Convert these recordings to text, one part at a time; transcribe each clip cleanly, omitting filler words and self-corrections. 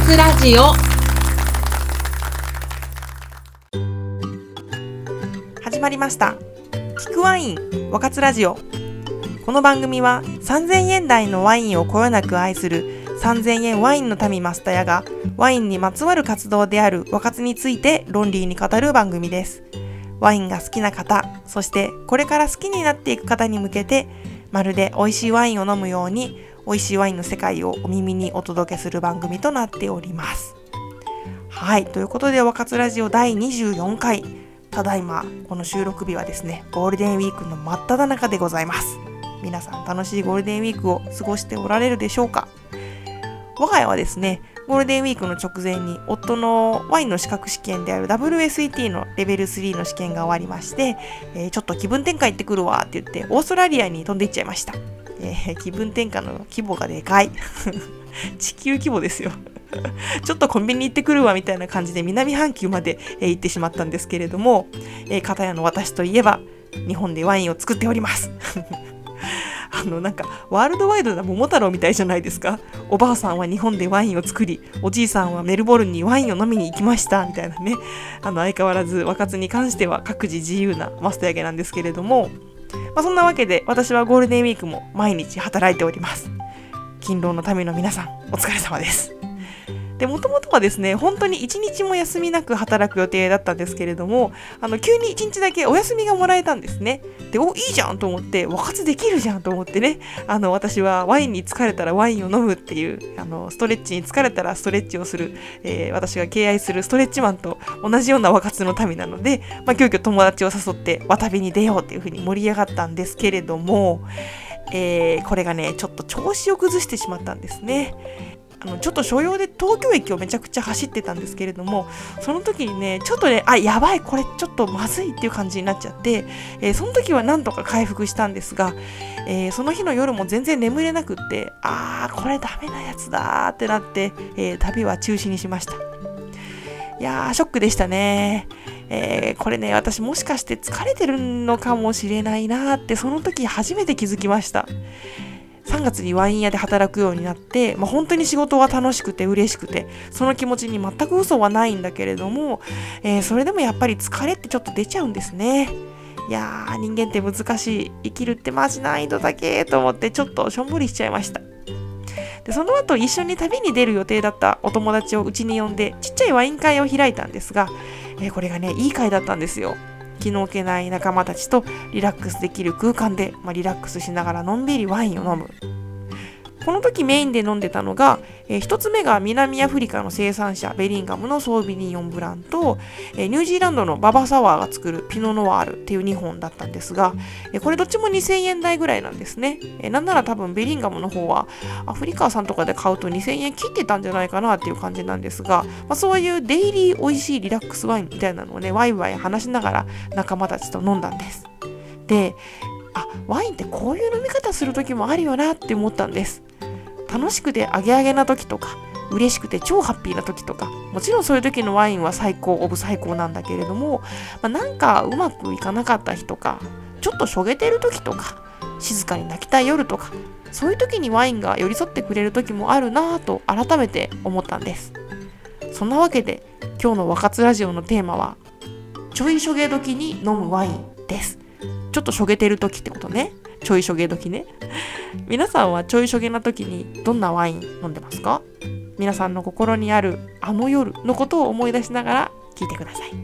つラジオ。 始まりました。聞くワイン和活ラジオ。この番組は3000円台のワインをこよなく愛する3000円ワインの民マスタヤがワインにまつわる活動である和活について論理に語る番組です。ワインが好きな方、そしてこれから好きになっていく方に向けて、まるで美味しいワインを飲むように美味しいワインの世界をお耳にお届けする番組となっております。はい、ということで和活ラジオ第24回、ただいまこの収録日はですね、ゴールデンウィークの真っ只中でございます。皆さん楽しいゴールデンウィークを過ごしておられるでしょうか。我が家はですね、ゴールデンウィークの直前に夫のワインの資格試験である WSET のレベル3の試験が終わりまして、ちょっと気分転換行ってくるわって言ってオーストラリアに飛んで行っちゃいました。気分転換の規模がでかい地球規模ですよちょっとコンビニ行ってくるわみたいな感じで南半球まで行ってしまったんですけれども、片やの私といえば日本でワインを作っておりますなんかワールドワイドな桃太郎みたいじゃないですか。おばあさんは日本でワインを作り、おじいさんはメルボルンにワインを飲みに行きましたみたいなね。相変わらず和活に関しては各自自由なマスター家なんですけれども、そんなわけで私はゴールデンウィークも毎日働いております。勤労の民の皆さん、お疲れ様です。で、もともとはですね、本当に1日も休みなく働く予定だったんですけれども、急に1日だけお休みがもらえたんですね。で、いいじゃんと思って、和活できるじゃんと思ってね、私はワインに疲れたらワインを飲むっていう、ストレッチに疲れたらストレッチをする、私が敬愛するストレッチマンと同じような和活の民なので、急遽友達を誘って和旅に出ようっていう風に盛り上がったんですけれども、これがね、ちょっと調子を崩してしまったんですね。ちょっと所用で東京駅をめちゃくちゃ走ってたんですけれども、その時にね、ちょっとね、やばい、これちょっとまずいっていう感じになっちゃって、その時はなんとか回復したんですが、その日の夜も全然眠れなくって、これダメなやつだーってなって、旅は中止にしました。いやー、ショックでしたね。これね、私もしかして疲れてるのかもしれないなーって、その時初めて気づきました。3月にワイン屋で働くようになって、本当に仕事が楽しくて嬉しくて、その気持ちに全く嘘はないんだけれども、それでもやっぱり疲れってちょっと出ちゃうんですね。いやー、人間って難しい。生きるってマジ難易度だけと思ってちょっとしょんぼりしちゃいました。で、その後一緒に旅に出る予定だったお友達をうちに呼んでちっちゃいワイン会を開いたんですが、これがね、いい会だったんですよ。気の置けない仲間たちとリラックスできる空間で、リラックスしながらのんびりワインを飲む。この時メインで飲んでたのが、一つ目が南アフリカの生産者ベリンガムのソービニオンブランと、ニュージーランドのババサワーが作るピノノワールっていう2本だったんですが、これどっちも2000円台ぐらいなんですね。なんなら多分ベリンガムの方はアフリカさんとかで買うと2000円切ってたんじゃないかなっていう感じなんですが、そういうデイリー美味しいリラックスワインみたいなのをね、ワイワイ話しながら仲間たちと飲んだんです。で、ワインってこういう飲み方する時もあるよなって思ったんです。楽しくてアゲアゲな時とか、嬉しくて超ハッピーな時とか、もちろんそういう時のワインは最高オブ最高なんだけれども、なんかうまくいかなかった日とか、ちょっとしょげてる時とか、静かに泣きたい夜とか、そういう時にワインが寄り添ってくれる時もあるなぁと改めて思ったんです。そんなわけで今日の和活ラジオのテーマは、ちょいしょげ時に飲むワインです。ちょっとしょげてる時ってことね。ちょいしょげ時ね。皆さんはちょいしょげな時にどんなワイン飲んでますか？皆さんの心にあるあの夜のことを思い出しながら聞いてください。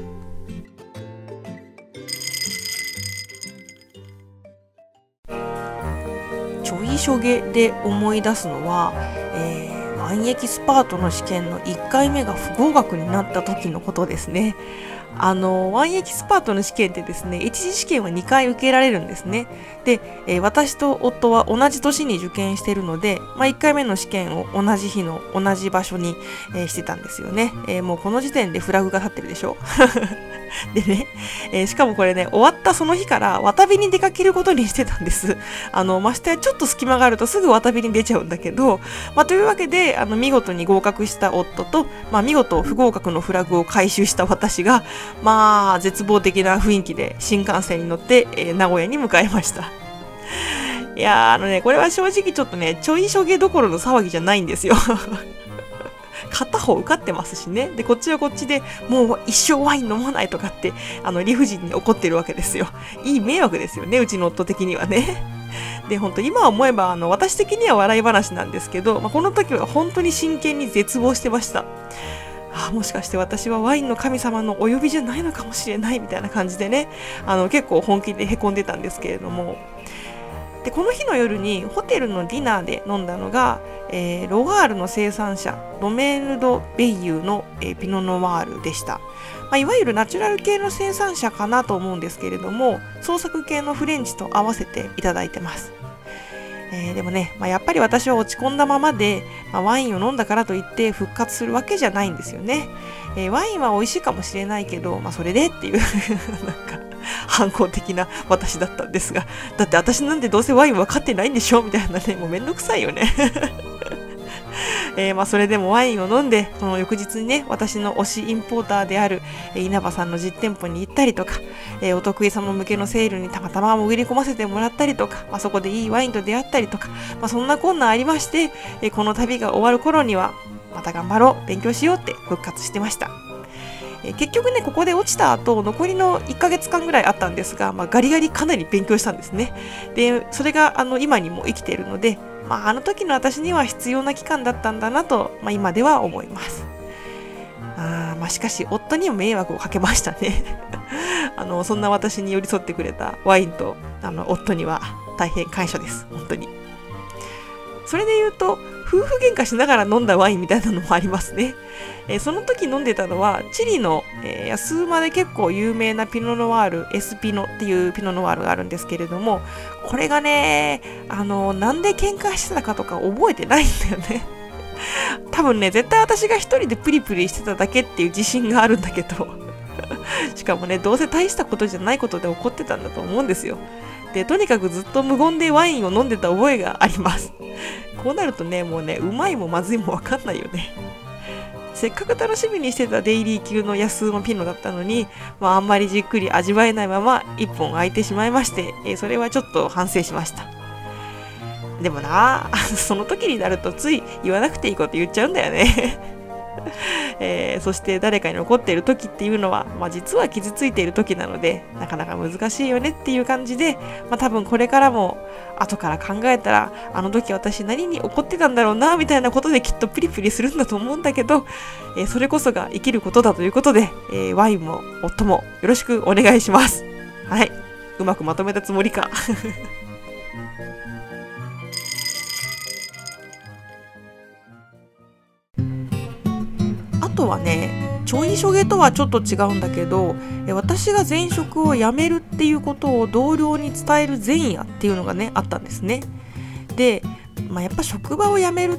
ちょいしょげで思い出すのは、ワインエキスパートの試験の1回目が不合格になった時のことですね。ワインエキスパートの試験ってですね、一次試験は2回受けられるんですね。で、私と夫は同じ年に受験してるので、1回目の試験を同じ日の同じ場所に、してたんですよね。もうこの時点でフラグが立ってるでしょでね、しかもこれね、終わったその日から渡旅に出かけることにしてたんです。ましてやちょっと隙間があるとすぐ渡旅に出ちゃうんだけど、というわけで、見事に合格した夫と、見事不合格のフラグを回収した私が、絶望的な雰囲気で新幹線に乗って、名古屋に向かいました。いやこれは正直ちょっとね、ちょいしょげどころの騒ぎじゃないんですよ。 ホ受かってますしね。でこっちはこっちでもう一生ワイン飲まないとかって理不尽に怒ってるわけですよ。いい迷惑ですよね、うちの夫的にはね。で本当今思えば私的には笑い話なんですけど、この時は本当に真剣に絶望してました。もしかして私はワインの神様のお呼びじゃないのかもしれないみたいな感じでね、結構本気でへこんでたんですけれども、でこの日の夜にホテルのディナーで飲んだのが、ロガールの生産者ドメーヌ・ド・ベイユーの、ピノ・ノワールでした。いわゆるナチュラル系の生産者かなと思うんですけれども、創作系のフレンチと合わせていただいてます。でもね、やっぱり私は落ち込んだままで、ワインを飲んだからといって復活するわけじゃないんですよね。ワインは美味しいかもしれないけど、それでっていうなんか反抗的な私だったんですが、だって私なんてどうせワイン分かってないんでしょみたいなね、もうめんどくさいよね。それでもワインを飲んで、その翌日にね、私の推しインポーターである稲葉さんの実店舗に行ったりとか、お得意様向けのセールにたまたま潜り込ませてもらったりとか、そこでいいワインと出会ったりとか、そんなこんなありまして、この旅が終わる頃にはまた頑張ろう、勉強しようって復活してました。結局ね、ここで落ちた後残りの1ヶ月間ぐらいあったんですが、ガリガリかなり勉強したんですね。でそれが今にも生きているので、あの時の私には必要な期間だったんだなと、今では思います。しかし夫にも迷惑をかけましたね。そんな私に寄り添ってくれたワインと夫には大変感謝です、本当に。それで言うと夫婦喧嘩しながら飲んだワインみたいなのもありますね。その時飲んでたのはチリの、安馬で結構有名なピノノワール、エスピノっていうピノノワールがあるんですけれども、これがね、なんで喧嘩してたかとか覚えてないんだよね。多分ね、絶対私が一人でプリプリしてただけっていう自信があるんだけどしかもね、どうせ大したことじゃないことで怒ってたんだと思うんですよ。でとにかくずっと無言でワインを飲んでた覚えがあります。こうなるとね、もうね、うまいもまずいもわかんないよね。せっかく楽しみにしてたデイリー級の安馬ピノだったのに、あんまりじっくり味わえないまま一本空いてしまいまして、それはちょっと反省しました。でもな、その時になるとつい言わなくていいこと言っちゃうんだよね。そして誰かに怒っている時っていうのは、実は傷ついている時なので、なかなか難しいよねっていう感じで、多分これからも後から考えたら、あの時私何に怒ってたんだろうなみたいなことできっとプリプリするんだと思うんだけど、それこそが生きることだということで、ワインも夫もよろしくお願いします。はい、うまくまとめたつもりか。あとはね、ちょいしょげとはちょっと違うんだけど、私が前職を辞めるっていうことを同僚に伝える前夜っていうのがね、あったんですね。で、やっぱ職場を辞めるって、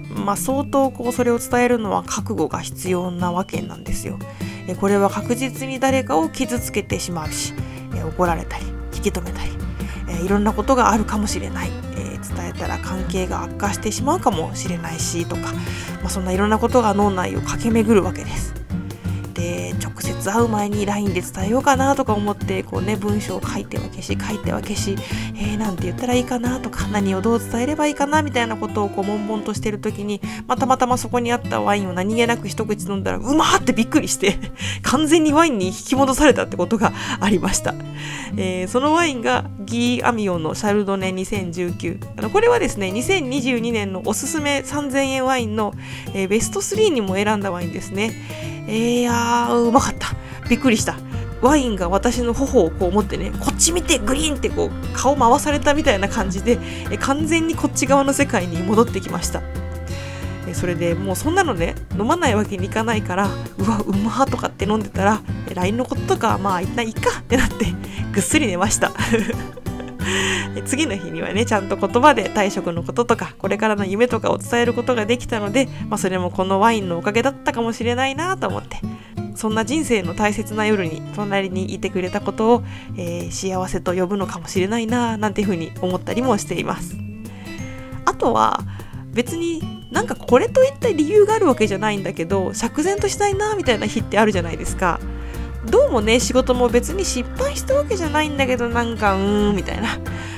相当それを伝えるのは覚悟が必要なわけなんですよ。これは確実に誰かを傷つけてしまうし、怒られたり引き止めたり、いろんなことがあるかもしれない、伝えたら関係が悪化してしまうかもしれないしとか、そんないろんなことが脳内を駆け巡るわけです。で、直接会う前に LINE で伝えようかなとか思って文章を書いては消しなんて言ったらいいかなとか、何をどう伝えればいいかなみたいなことを悶々としてる時に、たまたまそこにあったワインを何気なく一口飲んだらうまーってびっくりして完全にワインに引き戻されたってことがありました。そのワインがギー・アミオンのシャルドネ2019。これはですね、2022年のおすすめ3000円ワインの、ベスト3にも選んだワインですね。いやー、うまかった。びっくりした。ワインが私の頬を持ってね、こっち見てグリーンって顔回されたみたいな感じで、完全にこっち側の世界に戻ってきました。それでもうそんなのね、飲まないわけにいかないから、うわうまーとかって飲んでたら、LINE のこととか一旦いいかってなってぐっすり寝ました。次の日にはね、ちゃんと言葉で退職のこととかこれからの夢とかを伝えることができたので、それもこのワインのおかげだったかもしれないなと思って、そんな人生の大切な夜に隣にいてくれたことを、幸せと呼ぶのかもしれないななんていうふうに思ったりもしています。あとは別にこれといった理由があるわけじゃないんだけど、釈然としたいなみたいな日ってあるじゃないですか。どうもね、仕事も別に失敗したわけじゃないんだけどみたいな、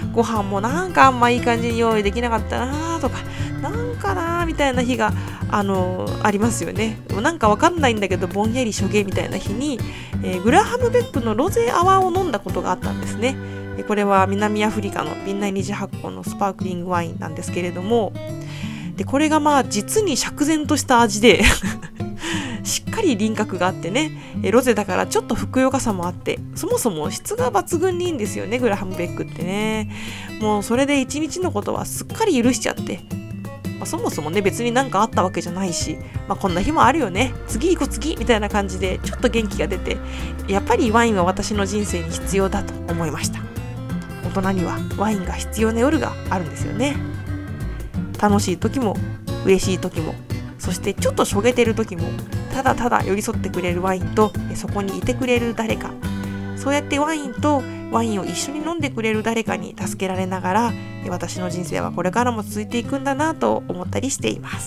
ご飯もなんかあんまいい感じに用意できなかったなとか、なんかなみたいな日がありますよね。なんかわかんないんだけどぼんやりしょげみたいな日に、グラハムベックのロゼアワーを飲んだことがあったんですね。これは南アフリカの瓶内二次発酵のスパークリングワインなんですけれども、でこれが実に釈然とした味でしっかり輪郭があってね、ロゼだからちょっとふくよかさもあって、そもそも質が抜群にいいんですよね、グラハムベックってね。もうそれで一日のことはすっかり許しちゃって、そもそもね別になんかあったわけじゃないし、こんな日もあるよね、次行こう次みたいな感じでちょっと元気が出て、やっぱりワインは私の人生に必要だと思いました。大人にはワインが必要な夜があるんですよね。楽しい時も嬉しい時も、そしてちょっとしょげてる時も、ただただ寄り添ってくれるワインとそこにいてくれる誰か、そうやってワインとワインを一緒に飲んでくれる誰かに助けられながら、私の人生はこれからも続いていくんだなと思ったりしています。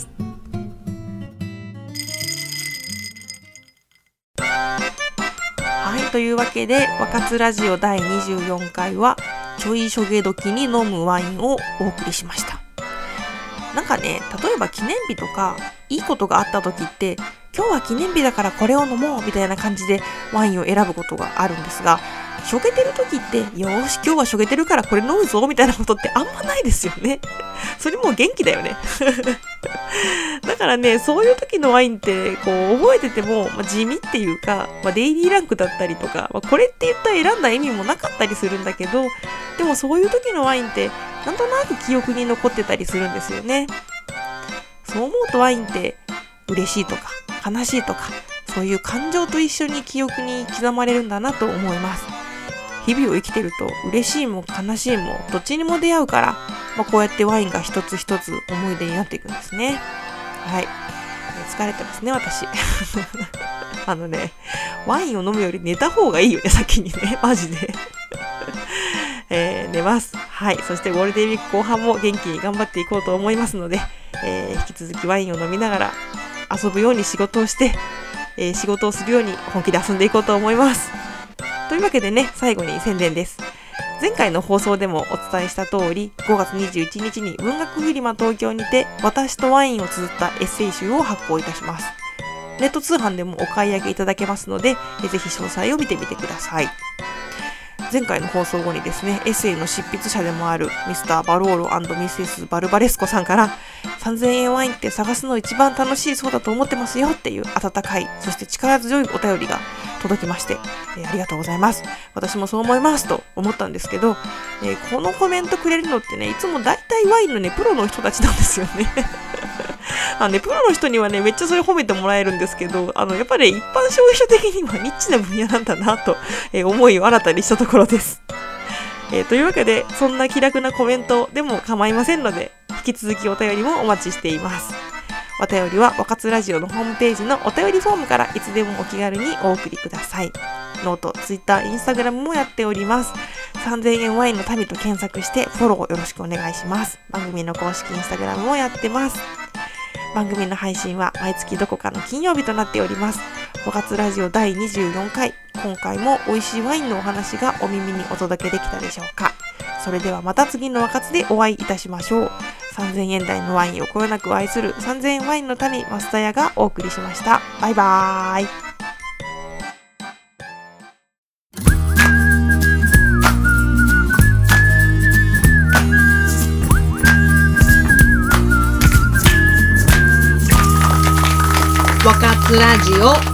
はい、というわけで和活ラジオ第24回はちょいしょげ時に飲むワインをお送りしました。なんかね、例えば記念日とかいいことがあった時って、今日は記念日だからこれを飲もうみたいな感じでワインを選ぶことがあるんですが、しょげてる時って、よーし今日はしょげてるからこれ飲むぞみたいなことってあんまないですよね。それもう元気だよね。だからね、そういう時のワインって覚えてても、地味っていうか、デイリーランクだったりとか、これって言ったら選んだ意味もなかったりするんだけど、でもそういう時のワインってなんとなく記憶に残ってたりするんですよね。そう思うとワインって嬉しいとか悲しいとか、そういう感情と一緒に記憶に刻まれるんだなと思います。日々を生きてると嬉しいも悲しいもどっちにも出会うから、こうやってワインが一つ一つ思い出になっていくんですね。はい、疲れてますね私。ワインを飲むより寝た方がいいよね、先にね、マジで。寝ます。はい、そしてゴールデンウィーク後半も元気に頑張っていこうと思いますので、引き続きワインを飲みながら遊ぶように仕事をして、仕事をするように本気で遊んでいこうと思います。というわけでね、最後に宣伝です。前回の放送でもお伝えした通り、5月21日に文学フリマ東京にて私とワインを綴ったエッセイ集を発行いたします。ネット通販でもお買い上げいただけますので、ぜひ詳細を見てみてください。前回の放送後にですね、エッセイの執筆者でもあるミスターバローロ&ミセスバルバレスコさんから、3000円ワインって探すの一番楽しいそうだと思ってますよっていう温かい、そして力強いお便りが届きまして、ありがとうございます。私もそう思いますと思ったんですけど、このコメントくれるのってね、いつも大体ワインのね、プロの人たちなんですよね。プロの人にはね、めっちゃそれ褒めてもらえるんですけど、やっぱり、一般消費者的にはニッチな分野なんだなと、思いを新たにしたところです。というわけで、そんな気楽なコメントでも構いませんので、引き続きお便りもお待ちしています。お便りは和活ラジオのホームページのお便りフォームからいつでもお気軽にお送りください。ノート、ツイッター、インスタグラムもやっております。3000円ワインの民と検索してフォローよろしくお願いします。番組の公式インスタグラムもやってます。番組の配信は毎月どこかの金曜日となっております。和活ラジオ第24回、今回も美味しいワインのお話がお耳にお届けできたでしょうか。それではまた次の和活でお会いいたしましょう。3000円台のワインをこよなく愛する3000円ワインの民増田屋がお送りしました。バイバーイ。 和活ラジオ